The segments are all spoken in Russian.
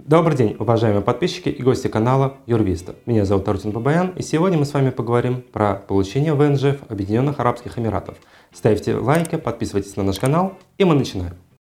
Добрый день, уважаемые подписчики и гости канала Юрвиста. Меня зовут Арутюн Бабаян, и сегодня мы с вами поговорим про получение ВНЖ в Объединенных Арабских Эмиратах. Ставьте лайки, подписывайтесь на наш канал, и мы начинаем.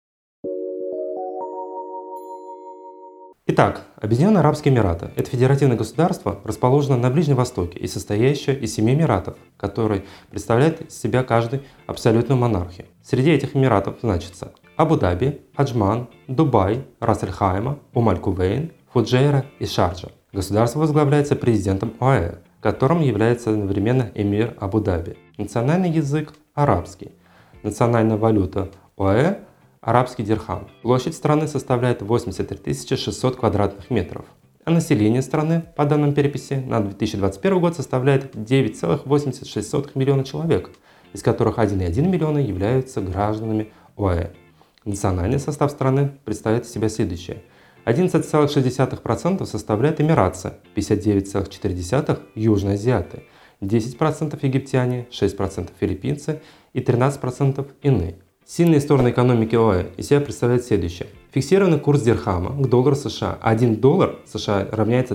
Итак, Объединенные Арабские Эмираты – это федеративное государство, расположенное на Ближнем Востоке и состоящее из 7 эмиратов, которые представляют из себя каждый абсолютную монархию. Среди этих эмиратов значится Абу-Даби, Аджман, Дубай, Рас-эль-Хайма, Ум-аль-Кувейн, Фуджейра и Шарджа. Государство возглавляется президентом ОАЭ, которым является одновременно эмир Абу-Даби. Национальный язык – арабский. Национальная валюта ОАЭ – арабский дирхам. Площадь страны составляет 83 600 квадратных метров. А население страны, по данным переписи, на 2021 год составляет 9,86 миллиона человек, из которых 1,1 миллиона являются гражданами ОАЭ. Национальный состав страны представляет из себя следующее. 11,6% составляют эмиратцы, 59,4% – южноазиаты, 10% египтяне, 6% филиппинцы и 13% иные. Сильные стороны экономики ОАЭ из себя представляют следующее. Фиксированный курс дирхама к доллару США. 1 доллар США равняется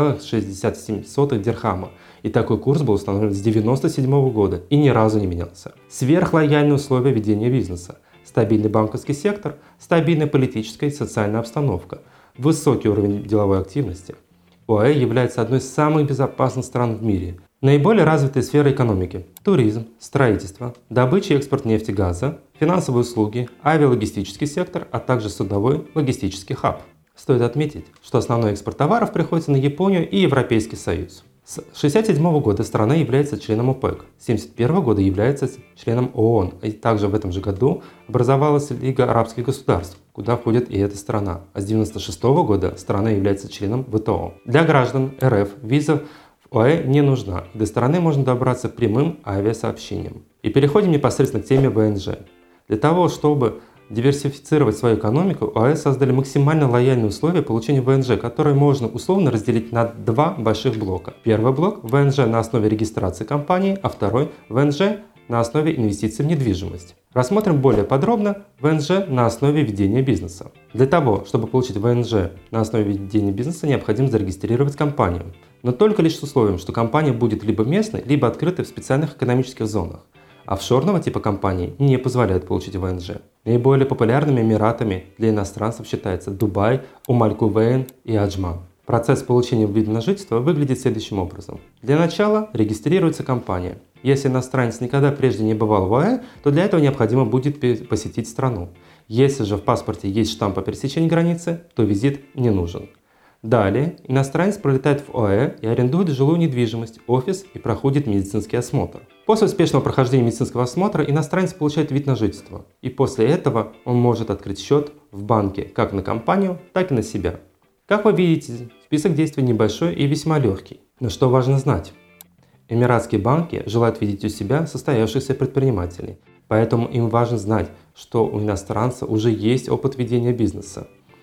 3,67 дирхама. И такой курс был установлен с 1997 года и ни разу не менялся. Сверхлояльные условия ведения бизнеса. Стабильный банковский сектор, стабильная политическая и социальная обстановка, высокий уровень деловой активности. ОАЭ является одной из самых безопасных стран в мире. Наиболее развитые сферы экономики – туризм, строительство, добыча и экспорт нефти и газа, финансовые услуги, авиалогистический сектор, а также судовой логистический хаб. Стоит отметить, что основной экспорт товаров приходится на Японию и Европейский Союз. С 1967 года страна является членом ОПЕК, с 1971 года является членом ООН, и также в этом же году образовалась Лига арабских государств, куда входит и эта страна, а с 1996 года страна является членом ВТО. Для граждан РФ виза в ОАЭ не нужна, и до страны можно добраться прямым авиасообщением. И переходим непосредственно к теме ВНЖ. Для того, чтобы диверсифицировать свою экономику, ОАЭ создали максимально лояльные условия получения ВНЖ, которые можно условно разделить на два больших блока. Первый блок – ВНЖ на основе регистрации компании, а второй – ВНЖ на основе инвестиций в недвижимость. Рассмотрим более подробно ВНЖ на основе ведения бизнеса. Для того, чтобы получить ВНЖ на основе ведения бизнеса, необходимо зарегистрировать компанию. Но только лишь с условием, что компания будет либо местной, либо открытой в специальных экономических зонах. Офшорного типа компании не позволяют получить ВНЖ. Наиболее популярными эмиратами для иностранцев считаются Дубай, Ум-аль-Кувейн и Аджман. Процесс получения вида на жительство выглядит следующим образом. Для начала регистрируется компания. Если иностранец никогда прежде не бывал в ОАЭ, то для этого необходимо будет посетить страну. Если же в паспорте есть штамп о пересечении границы, то визит не нужен. Далее иностранец прилетает в ОАЭ и арендует жилую недвижимость, офис и проходит медицинский осмотр. После успешного прохождения медицинского осмотра иностранец получает вид на жительство. И после этого он может открыть счет в банке как на компанию, так и на себя. Как вы видите, список действий небольшой и весьма легкий. Но что важно знать? Эмиратские банки желают видеть у себя состоявшихся предпринимателей. Поэтому им важно знать, что у иностранца уже есть опыт ведения бизнеса.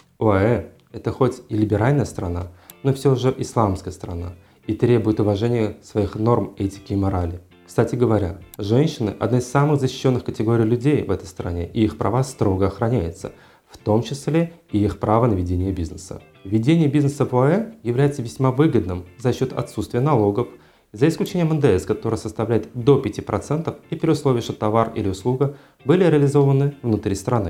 ОАЭ – это хоть и либеральная страна, но все же исламская страна и требует уважения своих норм этики и морали. Кстати говоря, женщины – одна из самых защищенных категорий людей в этой стране, и их права строго охраняются, в том числе и их право на ведение бизнеса. Ведение бизнеса в ОАЭ является весьма выгодным за счет отсутствия налогов, за исключением НДС, который составляет до 5% и при условии, что товар или услуга были реализованы внутри страны.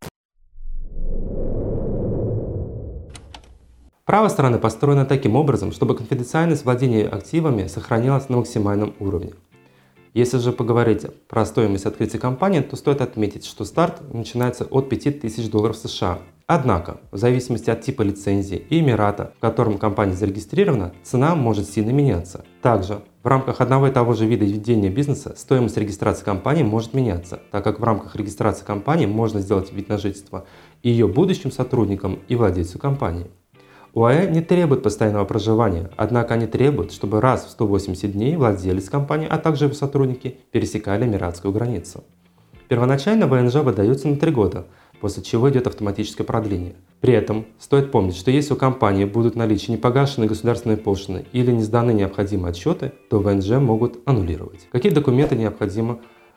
Право страны построено таким образом, чтобы конфиденциальность владения активами сохранялась на максимальном уровне. Если же поговорить про стоимость открытия компании, то стоит отметить, что старт начинается от $5000 США. Однако, в зависимости от типа лицензии и эмирата, в котором компания зарегистрирована, цена может сильно меняться. Также, в рамках одного и того же вида ведения бизнеса стоимость регистрации компании может меняться, так как в рамках регистрации компании можно сделать вид на жительство и ее будущим сотрудникам и владельцу компании. ОАЭ не требует постоянного проживания, однако они требуют, чтобы раз в 180 дней владелец компании, а также его сотрудники пересекали эмиратскую границу. Первоначально ВНЖ выдается на 3 года, после чего идет автоматическое продление. При этом стоит помнить, что если у компании будут в наличии непогашенные государственные пошлины или не сданы необходимые отчеты, то ВНЖ могут аннулировать. Какие документы необходимо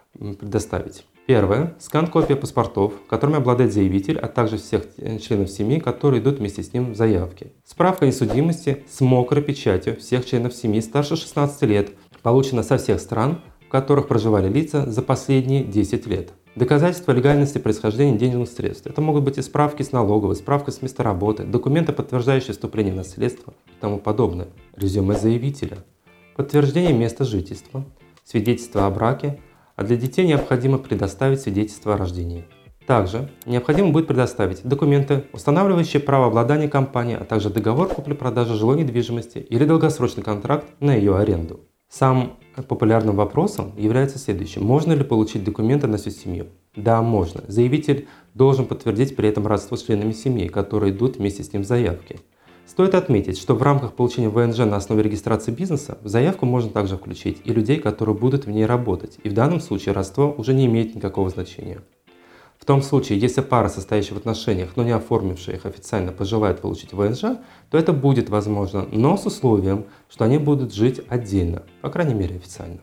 предоставить. Первое. Скан-копия паспортов, которыми обладает заявитель, а также всех членов семьи, которые идут вместе с ним в заявке. Справка о несудимости с мокрой печатью всех членов семьи старше 16 лет, получена со всех стран, в которых проживали лица за последние 10 лет. Доказательства легальности происхождения денежных средств. Это могут быть и справки с налоговой, справка с места работы, документы, подтверждающие вступление в наследство и тому подобное. Резюме заявителя. Подтверждение места жительства, свидетельство о браке, а для детей необходимо предоставить свидетельство о рождении. Также необходимо будет предоставить документы, устанавливающие право обладания компании, а также договор купли-продажи жилой недвижимости или долгосрочный контракт на ее аренду. Самым популярным вопросом является следующее. Можно ли получить документы на всю семью? Да, можно. Заявитель должен подтвердить при этом родство с членами семьи, которые идут вместе с ним в заявке. Стоит отметить, что в рамках получения ВНЖ на основе регистрации бизнеса в заявку можно также включить и людей, которые будут в ней работать, и в данном случае родство уже не имеет никакого значения. В том случае, если пара, состоящая в отношениях, но не оформившая их официально, пожелает получить ВНЖ, то это будет возможно, но с условием, что они будут жить отдельно, по крайней мере официально.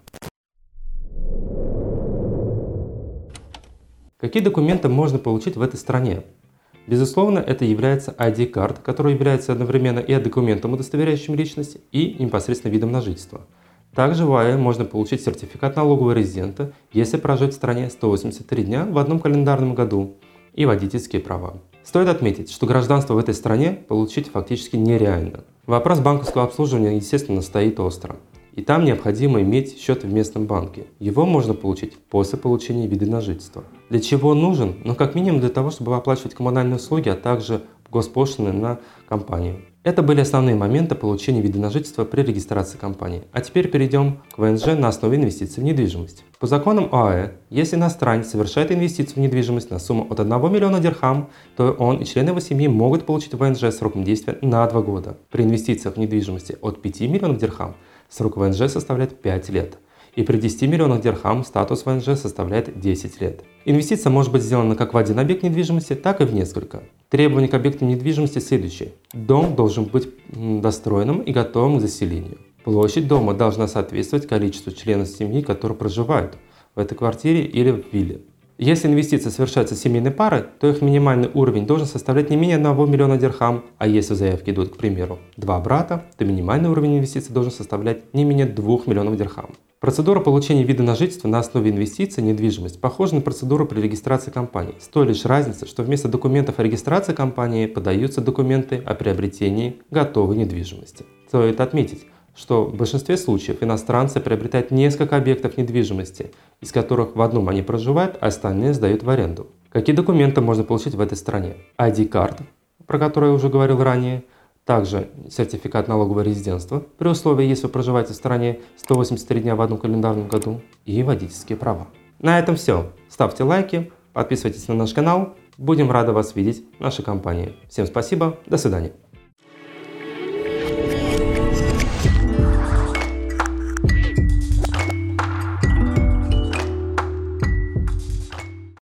Какие документы можно получить в этой стране? Безусловно, это является ID-карт, который является одновременно и документом, удостоверяющим личность, и непосредственно видом на жительство. Также в ОАЭ можно получить сертификат налогового резидента, если прожить в стране 183 дня в одном календарном году, и водительские права. Стоит отметить, что гражданство в этой стране получить фактически нереально. Вопрос банковского обслуживания, естественно, стоит остро. И там необходимо иметь счет в местном банке. Его можно получить после получения вида на жительство. Для чего он нужен? Ну, как минимум для того, чтобы оплачивать коммунальные услуги, а также госпошлины на компанию. Это были основные моменты получения вида на жительство при регистрации компании. А теперь перейдем к ВНЖ на основе инвестиций в недвижимость. По законам ОАЭ, если иностранец совершает инвестицию в недвижимость на сумму от 1 миллиона дирхам, то он и члены его семьи могут получить ВНЖ сроком действия на 2 года. При инвестициях в недвижимости от 5 миллионов дирхам срок ВНЖ составляет 5 лет. И при 10 миллионах дирхам статус ВНЖ составляет 10 лет. Инвестиция может быть сделана как в один объект недвижимости, так и в несколько. Требования к объектам недвижимости следующие. Дом должен быть достроенным и готовым к заселению. Площадь дома должна соответствовать количеству членов семьи, которые проживают в этой квартире или в вилле. Если инвестиция совершается семейной парой, то их минимальный уровень должен составлять не менее 1 миллиона дирхам, а если в заявке идут, к примеру, 2 брата, то минимальный уровень инвестиций должен составлять не менее 2 миллионов дирхам. Процедура получения вида на жительство на основе инвестиций в недвижимость похожа на процедуру при регистрации компании, с той лишь разницей, что вместо документов о регистрации компании подаются документы о приобретении готовой недвижимости. Стоит отметить, что в большинстве случаев иностранцы приобретают несколько объектов недвижимости, из которых в одном они проживают, а остальные сдают в аренду. Какие документы можно получить в этой стране? ID-карт, про которую я уже говорил ранее, также сертификат налогового резидентства, при условии, если вы проживаете в стране 183 дня в одном календарном году, и водительские права. На этом все. Ставьте лайки, подписывайтесь на наш канал. Будем рады вас видеть в нашей компании. Всем спасибо, до свидания.